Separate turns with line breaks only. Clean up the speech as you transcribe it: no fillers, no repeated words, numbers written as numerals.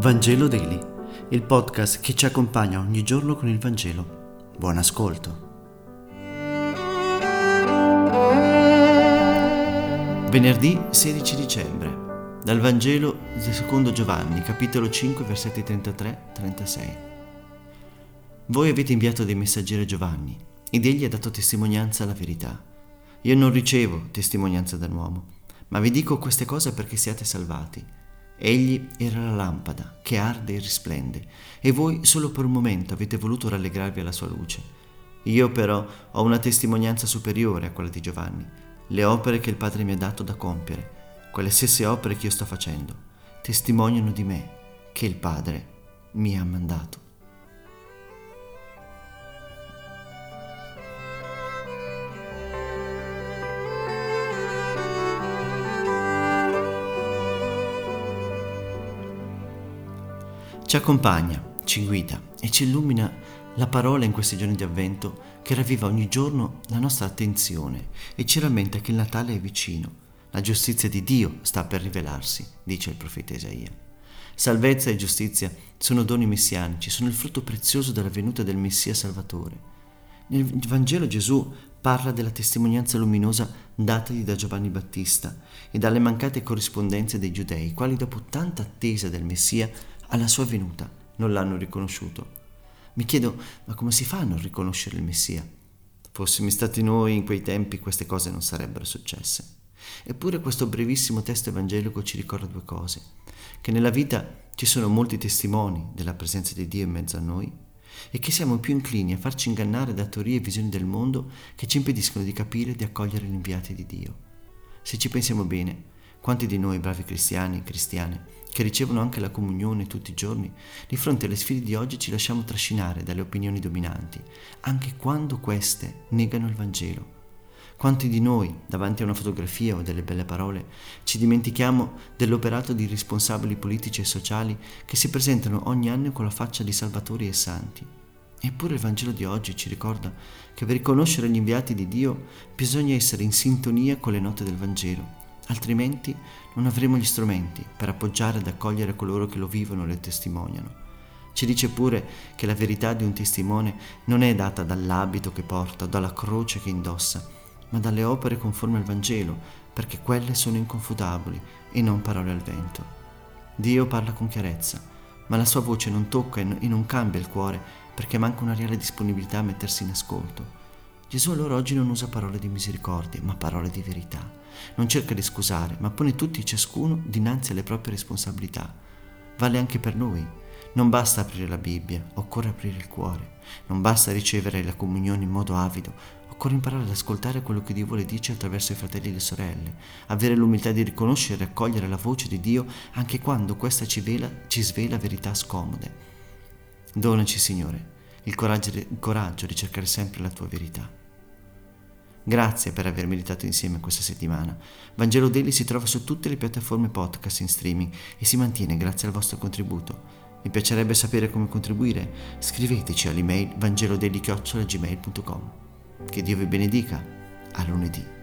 Vangelo Daily, il podcast che ci accompagna ogni giorno con il Vangelo. Buon ascolto. Venerdì 16 dicembre, dal Vangelo secondo Giovanni, capitolo 5, versetti 33-36. Voi avete inviato dei messaggeri a Giovanni, ed egli ha dato testimonianza alla verità. Io non ricevo testimonianza dall'uomo, ma vi dico queste cose perché siate salvati. Egli era la lampada che arde e risplende, e voi solo per un momento avete voluto rallegrarvi alla sua luce. Io però ho una testimonianza superiore a quella di Giovanni, le opere che il Padre mi ha dato da compiere, quelle stesse opere che io sto facendo, testimoniano di me che il Padre mi ha mandato. Ci accompagna, ci guida e ci illumina la parola in questi giorni di avvento che ravviva ogni giorno la nostra attenzione e ci rammenta che il Natale è vicino. La giustizia di Dio sta per rivelarsi, dice il profeta Isaia. Salvezza e giustizia sono doni messianici, sono il frutto prezioso della venuta del Messia Salvatore. Nel Vangelo Gesù parla della testimonianza luminosa datagli da Giovanni Battista e dalle mancate corrispondenze dei giudei, i quali dopo tanta attesa del Messia alla sua venuta non l'hanno riconosciuto. Mi chiedo, ma come si fa a non riconoscere il Messia? Fossimo stati noi in quei tempi, queste cose non sarebbero successe. Eppure questo brevissimo testo evangelico ci ricorda due cose: che nella vita ci sono molti testimoni della presenza di Dio in mezzo a noi e che siamo più inclini a farci ingannare da teorie e visioni del mondo che ci impediscono di capire e di accogliere gli inviati di Dio. Se ci pensiamo bene, quanti di noi bravi cristiani e cristiane che ricevono anche la comunione tutti i giorni, di fronte alle sfide di oggi ci lasciamo trascinare dalle opinioni dominanti, anche quando queste negano il Vangelo. Quanti di noi, davanti a una fotografia o delle belle parole, ci dimentichiamo dell'operato di responsabili politici e sociali che si presentano ogni anno con la faccia di salvatori e santi. Eppure il Vangelo di oggi ci ricorda che per riconoscere gli inviati di Dio bisogna essere in sintonia con le note del Vangelo, altrimenti non avremo gli strumenti per appoggiare ed accogliere coloro che lo vivono e lo testimoniano. Ci dice pure che la verità di un testimone non è data dall'abito che porta o dalla croce che indossa, ma dalle opere conformi al Vangelo, perché quelle sono inconfutabili e non parole al vento. Dio parla con chiarezza, ma la sua voce non tocca e non cambia il cuore perché manca una reale disponibilità a mettersi in ascolto. Gesù allora oggi non usa parole di misericordia, ma parole di verità. Non cerca di scusare, ma pone tutti e ciascuno dinanzi alle proprie responsabilità. Vale anche per noi. Non basta aprire la Bibbia, occorre aprire il cuore. Non basta ricevere la comunione in modo avido, occorre imparare ad ascoltare quello che Dio vuole dirci attraverso i fratelli e le sorelle, avere l'umiltà di riconoscere e accogliere la voce di Dio anche quando questa ci svela verità scomode. Donaci, Signore, il coraggio di cercare sempre la tua verità. Grazie per aver meditato insieme questa settimana. Vangelo Daily si trova su tutte le piattaforme podcast in streaming e si mantiene grazie al vostro contributo. Mi piacerebbe sapere come contribuire. Scriveteci all'email vangelodaily@gmail.com. Che Dio vi benedica. A lunedì.